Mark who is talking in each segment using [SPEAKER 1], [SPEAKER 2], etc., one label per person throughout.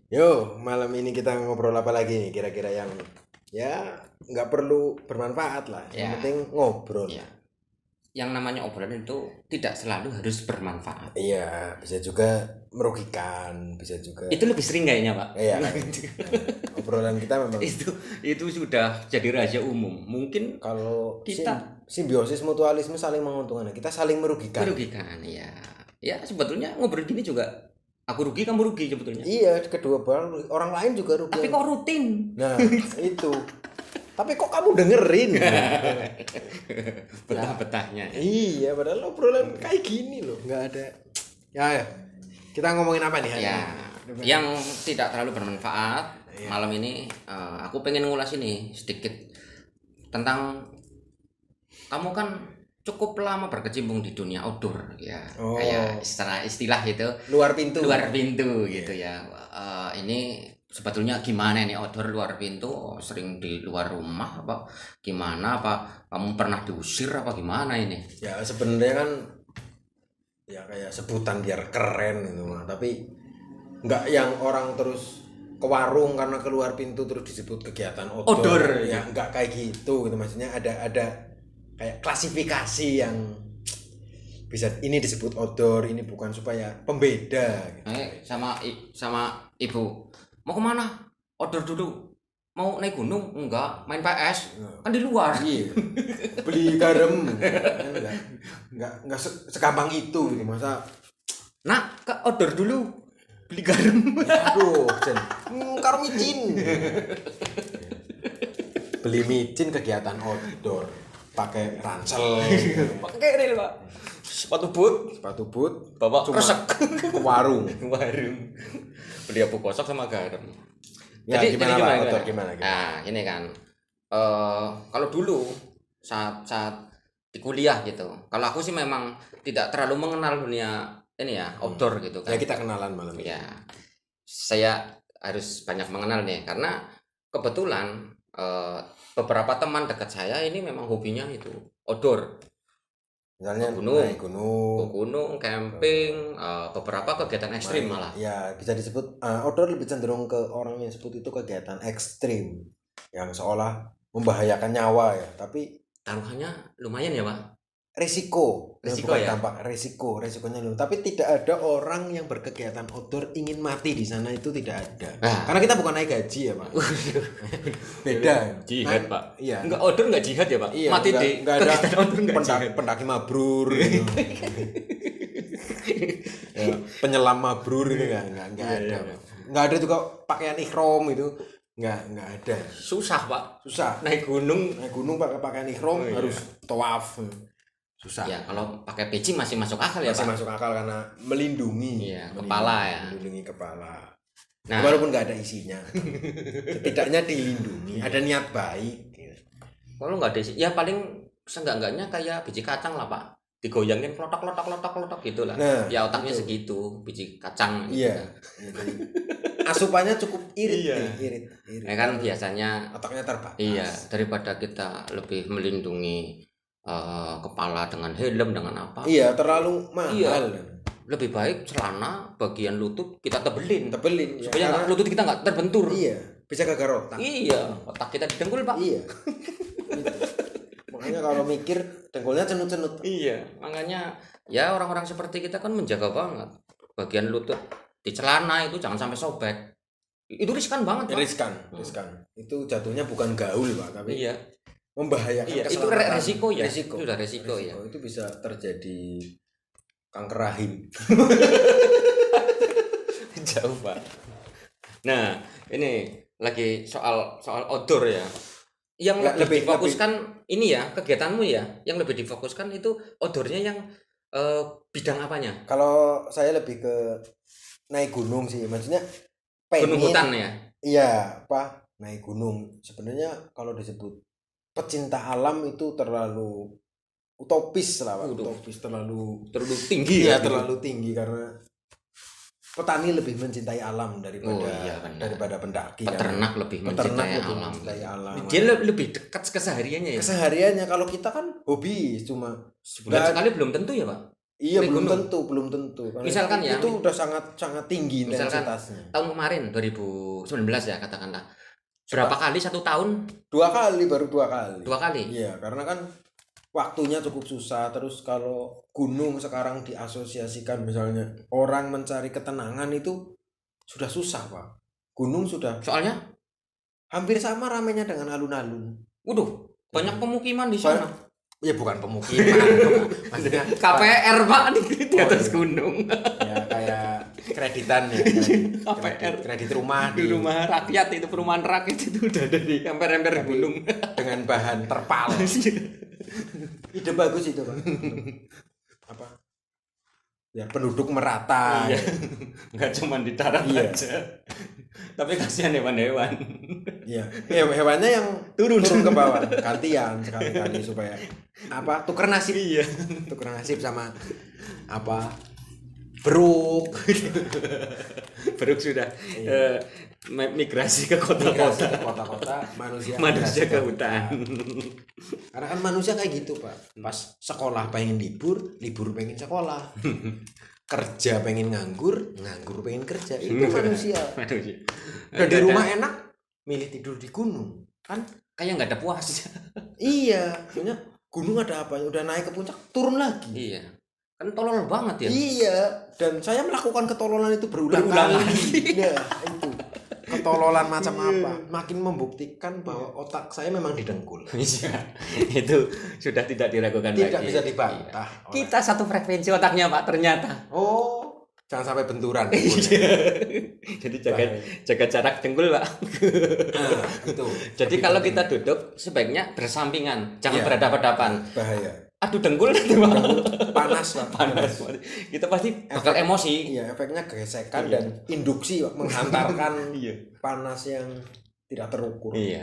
[SPEAKER 1] Yo, malam ini kita ngobrol apa lagi nih kira-kira yang ya nggak perlu bermanfaat lah. Yang
[SPEAKER 2] Ya,
[SPEAKER 1] penting ngobrol.
[SPEAKER 2] ya. Yang namanya obrolan itu tidak selalu harus bermanfaat.
[SPEAKER 1] Iya, bisa juga merugikan, bisa juga.
[SPEAKER 2] Itu lebih sering kayaknya, Pak.
[SPEAKER 1] Iya. Obrolan kita memang
[SPEAKER 2] itu sudah jadi rahasia umum. Mungkin
[SPEAKER 1] kalau
[SPEAKER 2] kita
[SPEAKER 1] simbiosis mutualisme saling menguntungkan. Kita saling merugikan.
[SPEAKER 2] merugikan ya. Ya, sebetulnya ngobrol gini juga aku rugi, kamu rugi sebetulnya.
[SPEAKER 1] Iya, kedua orang lain juga rugi.
[SPEAKER 2] Tapi kok rutin?
[SPEAKER 1] Nah, itu. Tapi kok kamu dengerin?
[SPEAKER 2] Betah-betahnya.
[SPEAKER 1] Iya, padahal obrolan kayak gini loh, nggak ada. Ya, kita ngomongin apa nih hari
[SPEAKER 2] Ya,
[SPEAKER 1] ini?
[SPEAKER 2] yang tidak terlalu bermanfaat.
[SPEAKER 1] Iya.
[SPEAKER 2] Malam ini aku pengen ngulas ini sedikit tentang kamu kan cukup lama berkecimpung di dunia outdoor ya.
[SPEAKER 1] Oh.
[SPEAKER 2] Kayak istilah itu
[SPEAKER 1] Luar pintu.
[SPEAKER 2] luar pintu gitu ya. Ini sebetulnya gimana nih outdoor luar pintu? Sering di luar rumah apa gimana? Apa kamu pernah diusir apa gimana ini?
[SPEAKER 1] Ya sebenarnya kan ya kayak sebutan biar keren gitu mah. Tapi nggak yang orang terus ke warung karena keluar pintu terus disebut kegiatan outdoor.
[SPEAKER 2] Outdoor,
[SPEAKER 1] Ya nggak kayak gitu maksudnya ada kayak klasifikasi yang bisa ini disebut outdoor, ini bukan, supaya pembeda gitu.
[SPEAKER 2] Sama ibu mau kemana? Outdoor dulu. Mau naik gunung? Enggak, main PS. Kan di luar.
[SPEAKER 1] Iya. Beli garam kan nggak segampang itu gitu masa.
[SPEAKER 2] Nah, ke outdoor dulu. Beli garam.
[SPEAKER 1] Aduh, Jen. Karo micin. Beli micin kegiatan outdoor, pakai ransel,
[SPEAKER 2] Pakai rel, Pak. Sepatu boot,
[SPEAKER 1] bawa
[SPEAKER 2] cuma
[SPEAKER 1] kresek ke warung.
[SPEAKER 2] warung. Beli abu kosok sama garam.
[SPEAKER 1] Ya, gimana Pak? Outdoor gimana?
[SPEAKER 2] Nah, ini kan kalau dulu saat di kuliah gitu. Kalau aku sih memang tidak terlalu mengenal dunia ini ya, outdoor gitu kan.
[SPEAKER 1] Ya kita kenalan malam ini.
[SPEAKER 2] Ya, saya harus banyak mengenal nih karena kebetulan beberapa teman dekat saya ini memang hobinya itu outdoor.
[SPEAKER 1] Misalnya
[SPEAKER 2] Ke
[SPEAKER 1] naik gunung,
[SPEAKER 2] gunung, camping, beberapa kegiatan ekstrim malah.
[SPEAKER 1] ya bisa disebut outdoor lebih cenderung ke orang yang sebut itu kegiatan ekstrim yang seolah membahayakan nyawa ya, tapi
[SPEAKER 2] Taruhannya lumayan ya, Pak.
[SPEAKER 1] risiko bukan
[SPEAKER 2] Ya.
[SPEAKER 1] dampak, resikonya loh. Tapi tidak ada orang yang berkegiatan outdoor ingin mati di sana, itu tidak ada.
[SPEAKER 2] Nah.
[SPEAKER 1] Karena kita bukan naik gaji ya Pak. Beda.
[SPEAKER 2] Jihad,
[SPEAKER 1] Nah,
[SPEAKER 2] Pak.
[SPEAKER 1] Iya.
[SPEAKER 2] Enggak outdoor enggak jihad ya, Pak.
[SPEAKER 1] Iya,
[SPEAKER 2] Mati di
[SPEAKER 1] nggak ada
[SPEAKER 2] kegiatan outdoor enggak jihad.
[SPEAKER 1] pendaki mabrur gitu. Ya, penyelam mabrur itu nggak ada.
[SPEAKER 2] Iya.
[SPEAKER 1] Nggak ada juga pakaian ikhram itu, nggak ada.
[SPEAKER 2] Susah, Pak.
[SPEAKER 1] Susah.
[SPEAKER 2] Naik gunung.
[SPEAKER 1] Naik gunung pakai pakaian ikhram
[SPEAKER 2] Iya.
[SPEAKER 1] harus tawaf. Susah.
[SPEAKER 2] Ya, kalau pakai peci masih masuk akal ya,
[SPEAKER 1] Masih
[SPEAKER 2] Pak.
[SPEAKER 1] masuk akal karena melindungi.
[SPEAKER 2] Iya, kepala ya.
[SPEAKER 1] Melindungi kepala.
[SPEAKER 2] Nah,
[SPEAKER 1] Walaupun nggak ada isinya, setidaknya dilindungi. Ada niat baik.
[SPEAKER 2] kalau nggak ada ya paling seenggak-enggaknya kayak biji kacang lah, Pak. Digoyangin klotok gitu lah.
[SPEAKER 1] Nah,
[SPEAKER 2] ya otaknya
[SPEAKER 1] itu.
[SPEAKER 2] segitu, biji kacang
[SPEAKER 1] Iya.
[SPEAKER 2] gitu.
[SPEAKER 1] Jadi, asupannya cukup irit,
[SPEAKER 2] Iya.
[SPEAKER 1] nih, irit.
[SPEAKER 2] Ya kan biasanya
[SPEAKER 1] Otaknya terbatas.
[SPEAKER 2] iya, daripada kita lebih melindungi kepala dengan helm dengan apa?
[SPEAKER 1] Iya, terlalu mahal.
[SPEAKER 2] Iya. Lebih baik celana bagian lutut kita tebelin
[SPEAKER 1] Tebelin ya,
[SPEAKER 2] supaya
[SPEAKER 1] karena-
[SPEAKER 2] lutut kita nggak terbentur.
[SPEAKER 1] Iya, bisa gagal otak.
[SPEAKER 2] Iya, otak kita didengkul, Pak.
[SPEAKER 1] Iya. Gitu. Makanya kalau mikir dengkulnya cenut-cenut.
[SPEAKER 2] Iya, makanya ya orang-orang seperti kita kan menjaga banget bagian lutut di celana itu jangan sampai sobek. Itu riskan banget, Pak.
[SPEAKER 1] Riskan. Itu jatuhnya bukan gaul, Pak, tapi
[SPEAKER 2] Iya.
[SPEAKER 1] membahayakan
[SPEAKER 2] Iya, itu
[SPEAKER 1] keselamatan.
[SPEAKER 2] resiko ya.
[SPEAKER 1] Resiko.
[SPEAKER 2] Itu udah resiko ya.
[SPEAKER 1] Itu bisa terjadi kanker rahim.
[SPEAKER 2] Jauh, Pak. Nah, ini lagi soal outdoor ya. Yang lebih difokuskan ini ya, kegiatanmu ya, yang lebih difokuskan itu outdoornya yang bidang apanya?
[SPEAKER 1] Kalau saya lebih ke naik gunung sih, maksudnya
[SPEAKER 2] Gunung hutan ya.
[SPEAKER 1] Iya, apa? Naik gunung. Sebenarnya kalau disebut pecinta alam itu terlalu utopis lah, Pak. Utopis terlalu
[SPEAKER 2] tinggi
[SPEAKER 1] ya,
[SPEAKER 2] ya.
[SPEAKER 1] terlalu tinggi karena petani lebih mencintai alam daripada pendaki.
[SPEAKER 2] Peternak lebih mencintai alam. Dia lebih dekat kesehariannya ya.
[SPEAKER 1] Kesehariannya, kalau kita kan hobi cuma
[SPEAKER 2] sebulan sekali belum tentu ya, Pak.
[SPEAKER 1] Iya,
[SPEAKER 2] naik
[SPEAKER 1] belum
[SPEAKER 2] gunung.
[SPEAKER 1] tentu. Karena
[SPEAKER 2] Misalkan ya,
[SPEAKER 1] itu udah sangat tinggi
[SPEAKER 2] misalkan
[SPEAKER 1] intensitasnya.
[SPEAKER 2] tahun kemarin 2019 ya katakanlah. Berapa kali satu tahun?
[SPEAKER 1] 2 kali, baru 2 kali.
[SPEAKER 2] 2 kali.
[SPEAKER 1] Iya, karena kan waktunya cukup susah. Terus kalau gunung sekarang diasosiasikan misalnya orang mencari ketenangan itu sudah susah, Pak. Gunung sudah
[SPEAKER 2] Soalnya,
[SPEAKER 1] hampir sama ramainya dengan alun-alun.
[SPEAKER 2] waduh, banyak pemukiman di sana.
[SPEAKER 1] Ya bukan pemukiman, maksudnya
[SPEAKER 2] KPR Pak di atas gunung.
[SPEAKER 1] ya kayak kreditan ya,
[SPEAKER 2] KPR.
[SPEAKER 1] kredit rumah
[SPEAKER 2] Di rumah rakyat itu, perumahan rakyat itu udah ada di emper-emper gunung.
[SPEAKER 1] dengan bahan terpal. Ide bagus itu, Pak. Apa? Ya penduduk merata.
[SPEAKER 2] Iya. Nggak cuma di darat
[SPEAKER 1] Iya.
[SPEAKER 2] aja. Tapi kasihan hewan-hewan.
[SPEAKER 1] Iya. Hewannya yang turun ke bawah, gantian sekali-kali supaya apa? Tuker nasib.
[SPEAKER 2] Iya.
[SPEAKER 1] Tuker nasib sama apa? Beruk.
[SPEAKER 2] Beruk sudah migrasi ke kota-kota.
[SPEAKER 1] Ke kota-kota, manusia
[SPEAKER 2] ke hutan.
[SPEAKER 1] Karena kan manusia kayak gitu, Pak. Pas sekolah pengen libur pengen sekolah. Kerja pengen nganggur pengen kerja. Itu manusia. Udah di rumah enak, milih tidur di gunung. Kan
[SPEAKER 2] kayak nggak ada puas.
[SPEAKER 1] iya, maksudnya gunung ada apa? Udah naik ke puncak, turun lagi.
[SPEAKER 2] Iya. Kan tolol banget ya.
[SPEAKER 1] Iya, dan saya melakukan ketololan itu berulang kali. Ya, itu. Ketololan macam apa? Makin membuktikan bahwa otak saya memang didengkul.
[SPEAKER 2] Iya. Itu sudah tidak diragukan lagi.
[SPEAKER 1] Tidak bisa dibantah.
[SPEAKER 2] Kita satu frekuensi otaknya Pak ternyata.
[SPEAKER 1] Oh, jangan sampai benturan.
[SPEAKER 2] Jadi jaga jarak dengkul Pak.
[SPEAKER 1] Nah, itu.
[SPEAKER 2] Jadi kalau kita duduk sebaiknya bersampingan, jangan
[SPEAKER 1] Iya.
[SPEAKER 2] berhadapan-hadapan.
[SPEAKER 1] Bahaya.
[SPEAKER 2] Aduh dengkul
[SPEAKER 1] Panas, Pak.
[SPEAKER 2] panas. Kita pasti bakal emosi.
[SPEAKER 1] Iya, efeknya gesekan dan induksi, Pak, menghantarkan
[SPEAKER 2] Iya.
[SPEAKER 1] panas yang tidak terukur.
[SPEAKER 2] Iya.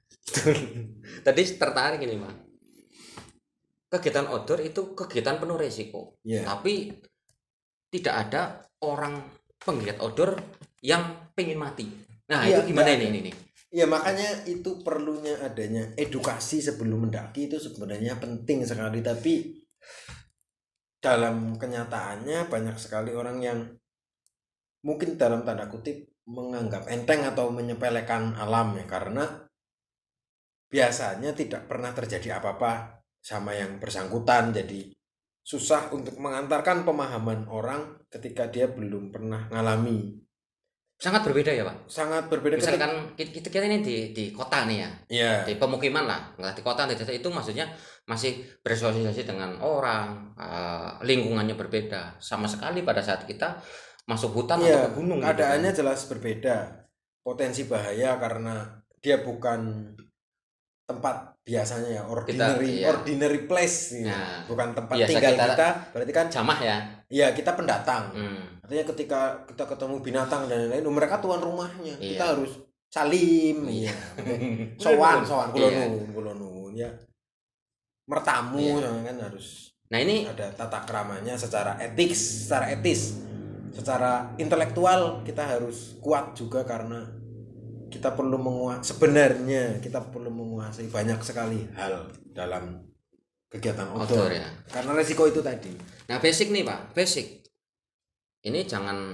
[SPEAKER 2] Tadi tertarik ini Pak. Kegiatan outdoor itu kegiatan penuh resiko.
[SPEAKER 1] Iya.
[SPEAKER 2] Tapi tidak ada orang penggiat outdoor yang pengen mati. Nah,
[SPEAKER 1] Iya,
[SPEAKER 2] itu gimana
[SPEAKER 1] iya.
[SPEAKER 2] ini?
[SPEAKER 1] Ya makanya itu perlunya adanya edukasi sebelum mendaki itu sebenarnya penting sekali, tapi dalam kenyataannya banyak sekali orang yang mungkin dalam tanda kutip menganggap enteng atau menyepelekan alam ya, karena biasanya tidak pernah terjadi apa-apa sama yang bersangkutan, jadi susah untuk mengantarkan pemahaman orang ketika dia belum pernah ngalami.
[SPEAKER 2] Sangat berbeda ya Pak.
[SPEAKER 1] Sangat berbeda.
[SPEAKER 2] Misalkan kita ini di kota nih ya,
[SPEAKER 1] Iya.
[SPEAKER 2] di pemukiman lah, nggak di kota di desa itu maksudnya masih bersosialisasi dengan orang, lingkungannya berbeda sama sekali pada saat kita masuk hutan atau ke gunung.
[SPEAKER 1] Keadaannya jelas berbeda. Potensi bahaya karena dia bukan tempat biasanya ya, ordinary place gitu.
[SPEAKER 2] Nah,
[SPEAKER 1] bukan tempat
[SPEAKER 2] biasa
[SPEAKER 1] tinggal kita, berarti kan
[SPEAKER 2] jamah ya.
[SPEAKER 1] Iya, kita pendatang. Artinya ketika kita ketemu binatang dan lain-lain, mereka tuan rumahnya.
[SPEAKER 2] Iya.
[SPEAKER 1] Kita harus salim,
[SPEAKER 2] Iya.
[SPEAKER 1] sowan
[SPEAKER 2] Iya.
[SPEAKER 1] kula nuwun ya. Mertamu
[SPEAKER 2] Iya.
[SPEAKER 1] kan harus.
[SPEAKER 2] Nah, ini
[SPEAKER 1] ada tata keramanya secara etis, secara intelektual kita harus kuat juga, karena kita perlu menguasai banyak sekali hal dalam kegiatan outdoor
[SPEAKER 2] ya.
[SPEAKER 1] Karena resiko itu tadi.
[SPEAKER 2] Nah, basic nih Pak, basic. Ini jangan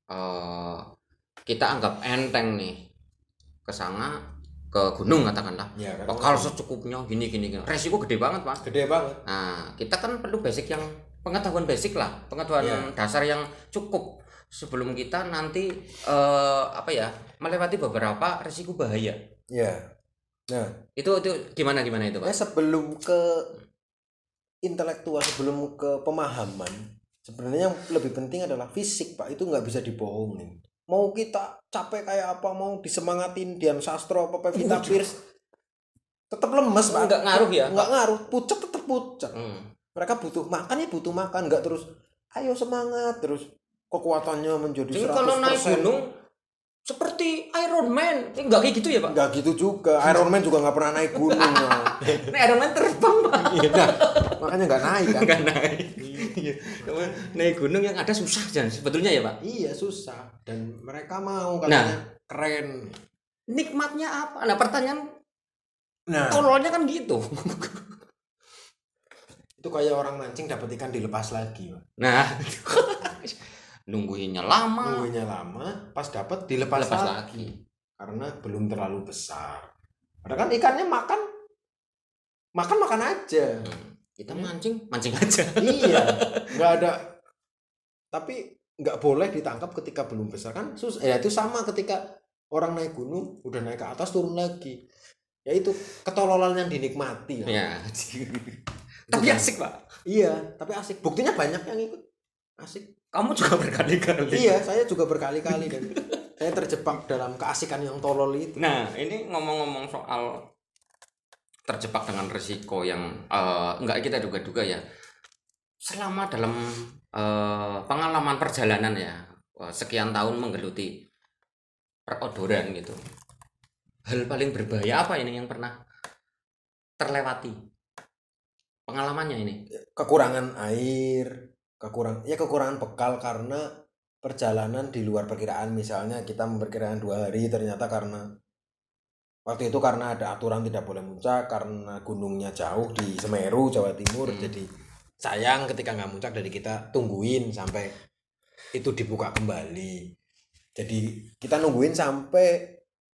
[SPEAKER 2] kita anggap enteng nih ke sana, ke gunung katakanlah.
[SPEAKER 1] Ya,
[SPEAKER 2] Bakal secukupnya gini. Resiko gede banget Pak.
[SPEAKER 1] Gede banget.
[SPEAKER 2] Nah, kita kan perlu basic yang pengetahuan basic lah, pengetahuan dasar yang cukup sebelum kita nanti melewati beberapa resiko bahaya.
[SPEAKER 1] Ya. Nah,
[SPEAKER 2] itu gimana itu Pak?
[SPEAKER 1] Sebelum ke intelektual, sebelum ke pemahaman, sebenarnya yang lebih penting adalah fisik Pak. Itu nggak bisa dibohongin. Mau kita capek kayak apa, mau disemangatin Dian Sastro apa Pevita Pierce, tetap lemes Pak.
[SPEAKER 2] Nggak ngaruh ya?
[SPEAKER 1] Nggak ngaruh, pucat tetap pucat. Mereka butuh makan, nggak terus ayo semangat terus kekuatannya menjadi 100%.
[SPEAKER 2] Jadi kalau naik gunung seperti Iron Man, nggak kayak gitu ya Pak?
[SPEAKER 1] Nggak gitu juga, Iron Man juga nggak pernah naik gunung.
[SPEAKER 2] Ini Iron Man terbang Pak.
[SPEAKER 1] Nah, makanya nggak naik kan?
[SPEAKER 2] Nggak naik. Naik gunung yang ada susah jangan sebetulnya ya Pak?
[SPEAKER 1] Iya susah, dan mereka mau katanya keren.
[SPEAKER 2] Nikmatnya apa? Nah pertanyaan tololnya kan gitu.
[SPEAKER 1] Itu kayak orang mancing dapat ikan dilepas lagi, Pak.
[SPEAKER 2] Nah, nungguinnya lama.
[SPEAKER 1] Pas dapat dilepas lagi. Karena belum terlalu besar. Padahal kan ikannya makan aja.
[SPEAKER 2] Kita mancing aja.
[SPEAKER 1] Iya, nggak ada. Tapi nggak boleh ditangkap ketika belum besar kan susah. Ya itu sama ketika orang naik gunung udah naik ke atas turun lagi. Ya itu ketololan yang dinikmati.
[SPEAKER 2] Ya. Tapi asik, Pak.
[SPEAKER 1] Iya, tapi asik. Buktinya banyak yang ikut. Asik.
[SPEAKER 2] Kamu juga berkali-kali.
[SPEAKER 1] Iya, saya juga berkali-kali dan saya terjebak dalam keasikan yang tolol itu.
[SPEAKER 2] Nah, ini ngomong-ngomong soal terjebak dengan risiko yang enggak kita duga-duga ya. Selama dalam pengalaman perjalanan ya, sekian tahun menggeluti perodoran gitu. Hal paling berbahaya apa ini yang pernah terlewati? Pengalamannya ini
[SPEAKER 1] kekurangan air, kekurangan bekal karena perjalanan di luar perkiraan. Misalnya kita memperkirakan 2 hari, ternyata karena waktu itu karena ada aturan tidak boleh muncak karena gunungnya jauh di Semeru, Jawa Timur. Jadi sayang ketika nggak muncak, dari kita tungguin sampai itu dibuka kembali. Jadi kita nungguin sampai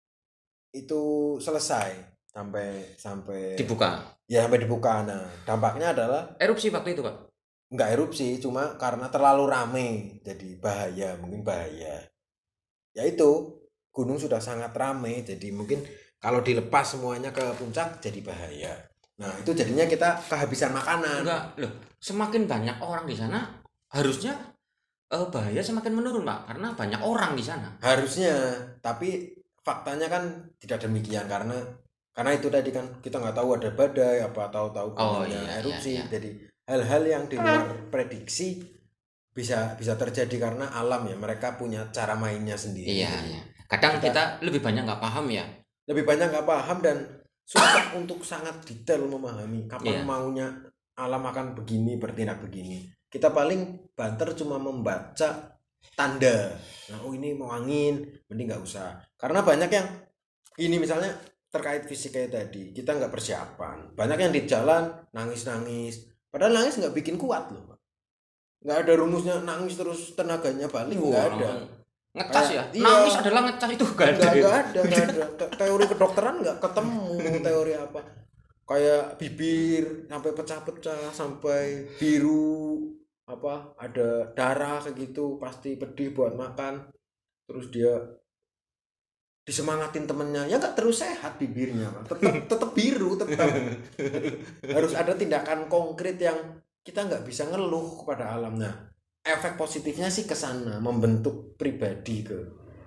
[SPEAKER 1] itu selesai, sampai
[SPEAKER 2] dibuka.
[SPEAKER 1] Ya, sampai dibuka. Nah, dampaknya adalah
[SPEAKER 2] erupsi waktu itu, Pak.
[SPEAKER 1] Enggak erupsi, cuma karena terlalu rame jadi mungkin bahaya. Ya itu, gunung sudah sangat rame, jadi mungkin kalau dilepas semuanya ke puncak jadi bahaya. Nah, itu jadinya kita kehabisan makanan.
[SPEAKER 2] Enggak, loh, semakin banyak orang di sana harusnya bahaya semakin menurun, Pak, karena banyak orang di sana.
[SPEAKER 1] Harusnya, tapi faktanya kan tidak demikian karena itu tadi kan kita nggak tahu ada badai apa, tahu-tahu erupsi. Iya. Jadi hal-hal yang di luar prediksi bisa terjadi karena alam ya, mereka punya cara mainnya sendiri.
[SPEAKER 2] Iya. Kadang kita lebih banyak nggak paham ya.
[SPEAKER 1] Lebih banyak nggak paham dan susah untuk sangat detail memahami kapan maunya alam akan bertindak begini. Kita paling banter cuma membaca tanda. Nah, ini mau angin, mending nggak usah. Karena banyak yang ini misalnya terkait fisik kayak tadi, kita nggak persiapan. Banyak yang di jalan nangis. Padahal nangis nggak bikin kuat loh, Pak. Nggak ada rumusnya nangis terus tenaganya balik, nggak ada.
[SPEAKER 2] Ngecas ya? Iya, nangis adalah ngecas itu nggak ada.
[SPEAKER 1] Teori kedokteran nggak ketemu teori apa. Kayak bibir sampai pecah-pecah, sampai biru, apa ada darah kayak gitu, pasti pedih buat makan. Terus dia disemangatin temennya, ya nggak terus sehat bibirnya, tetap biru, tetap harus ada tindakan konkret yang kita nggak bisa ngeluh kepada alam. Nah, efek positifnya sih ke sana, membentuk pribadi ke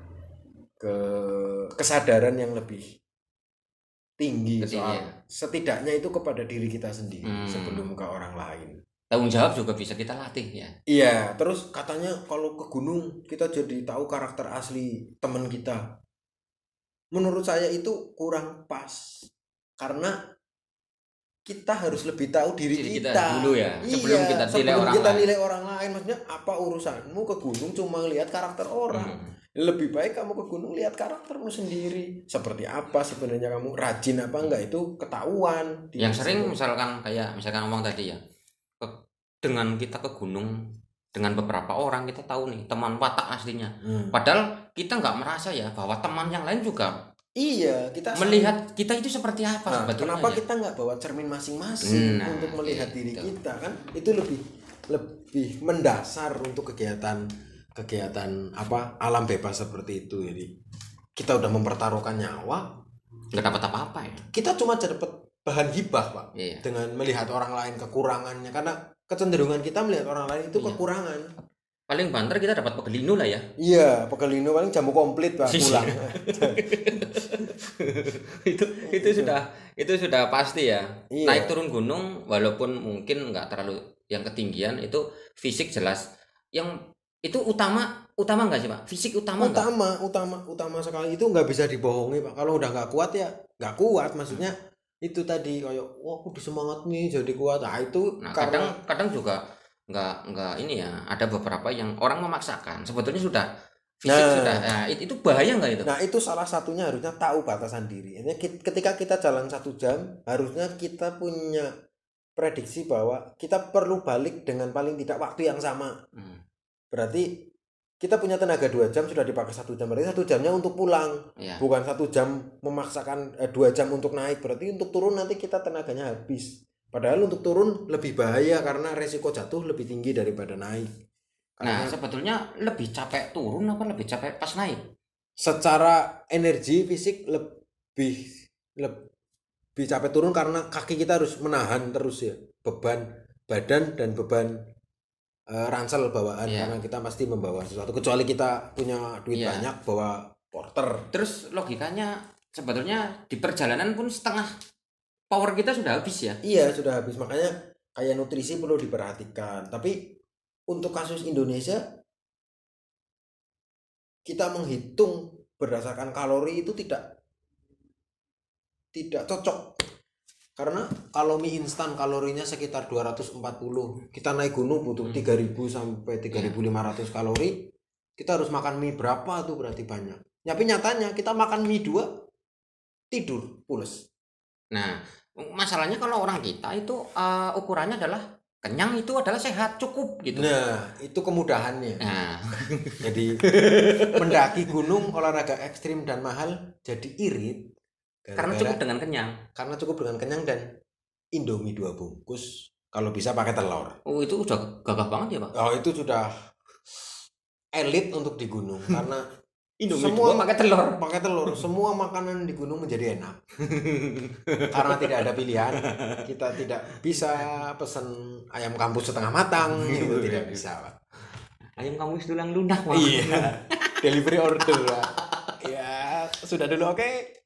[SPEAKER 1] kesadaran yang lebih tinggi soal setidaknya itu kepada diri kita sendiri sebelum ke orang lain.
[SPEAKER 2] Tanggung jawab juga bisa kita latih ya.
[SPEAKER 1] Iya, terus katanya kalau ke gunung kita jadi tahu karakter asli teman kita. Menurut saya itu kurang pas, karena kita harus lebih tahu diri kita
[SPEAKER 2] dulu ya, sebelum kita
[SPEAKER 1] nilai orang lain. Maksudnya apa urusanmu ke gunung cuma lihat karakter orang? Lebih baik kamu ke gunung lihat karaktermu sendiri, seperti apa sebenarnya kamu, rajin apa enggak, itu ketahuan.
[SPEAKER 2] Yang sering misalkan ngomong tadi ya, dengan kita ke gunung dengan beberapa orang kita tahu nih teman watak aslinya. Padahal kita nggak merasa ya bahwa teman yang lain juga
[SPEAKER 1] kita
[SPEAKER 2] melihat kita itu seperti apa sebetulnya.
[SPEAKER 1] Kenapa kita nggak bawa cermin masing-masing untuk melihat diri kita kan? Itu lebih mendasar untuk kegiatan apa alam bebas seperti itu. Jadi kita udah mempertaruhkan nyawa,
[SPEAKER 2] nggak dapat apa-apa ya.
[SPEAKER 1] Kita cuma dapat bahan hibah, Pak. Dengan melihat orang lain kekurangannya, karena kecenderungan kita melihat orang lain itu kekurangan. Paling
[SPEAKER 2] banter kita dapat pegelino lah ya.
[SPEAKER 1] Iya, pegelino paling jamu komplit, Pak, pulang.
[SPEAKER 2] itu sudah pasti ya. Naik turun gunung walaupun mungkin nggak terlalu yang ketinggian, itu fisik jelas. Yang itu utama nggak sih, Pak? Fisik utama
[SPEAKER 1] sekali, itu nggak bisa dibohongi, Pak. Kalau udah nggak kuat ya nggak kuat, maksudnya itu tadi kayak aku disemangat nih jadi kuat.
[SPEAKER 2] Kadang juga nggak ini ya, ada beberapa yang orang memaksakan, sebetulnya sudah fisik itu bahaya nggak itu?
[SPEAKER 1] Nah, itu salah satunya harusnya tahu batasan diri. Ketika kita jalan 1 jam harusnya kita punya prediksi bahwa kita perlu balik dengan paling tidak waktu yang sama. Berarti kita punya tenaga 2 jam sudah dipakai 1 jam, berarti 1 jamnya untuk pulang, bukan 1 jam memaksakan 2 jam untuk naik. Berarti untuk turun nanti kita tenaganya habis. Padahal untuk turun lebih bahaya karena resiko jatuh lebih tinggi daripada naik.
[SPEAKER 2] Nah, sebetulnya lebih capek turun apa lebih capek pas naik?
[SPEAKER 1] Secara energi fisik lebih capek turun karena kaki kita harus menahan terus ya beban badan dan beban ransel bawaan, karena kita pasti membawa sesuatu, kecuali kita punya duit banyak bawa porter.
[SPEAKER 2] Terus logikanya sebetulnya di perjalanan pun setengah power kita sudah habis ya?
[SPEAKER 1] Iya, sudah habis. Makanya kayak nutrisi perlu diperhatikan. Tapi untuk kasus Indonesia, kita menghitung berdasarkan kalori itu tidak cocok. Karena kalau mie instan kalorinya sekitar 240, kita naik gunung butuh 3000 sampai 3500 kalori, kita harus makan mie berapa tuh, berarti banyak. Tapi nyatanya kita makan mie 2 tidur pules.
[SPEAKER 2] Nah, masalahnya kalau orang kita itu ukurannya adalah kenyang, itu adalah sehat, cukup gitu.
[SPEAKER 1] Nah, itu kemudahannya. Jadi mendaki gunung olahraga ekstrim dan mahal jadi irit.
[SPEAKER 2] Karena cukup dengan kenyang.
[SPEAKER 1] Karena cukup dengan kenyang dan Indomie 2 bungkus. Kalau bisa pakai telur.
[SPEAKER 2] Oh, itu udah gagah banget ya, Pak?
[SPEAKER 1] Oh, itu sudah elit untuk di gunung. Karena
[SPEAKER 2] Indomie semua pakai telur.
[SPEAKER 1] Pakai telur. Semua makanan di gunung menjadi enak. Karena tidak ada pilihan. Kita tidak bisa pesan ayam kampus setengah matang. Itu tidak bisa, Pak.
[SPEAKER 2] Ayam kampus tulang lunak, Pak.
[SPEAKER 1] Iya. Delivery order, Pak. Ya, sudah dulu, oke.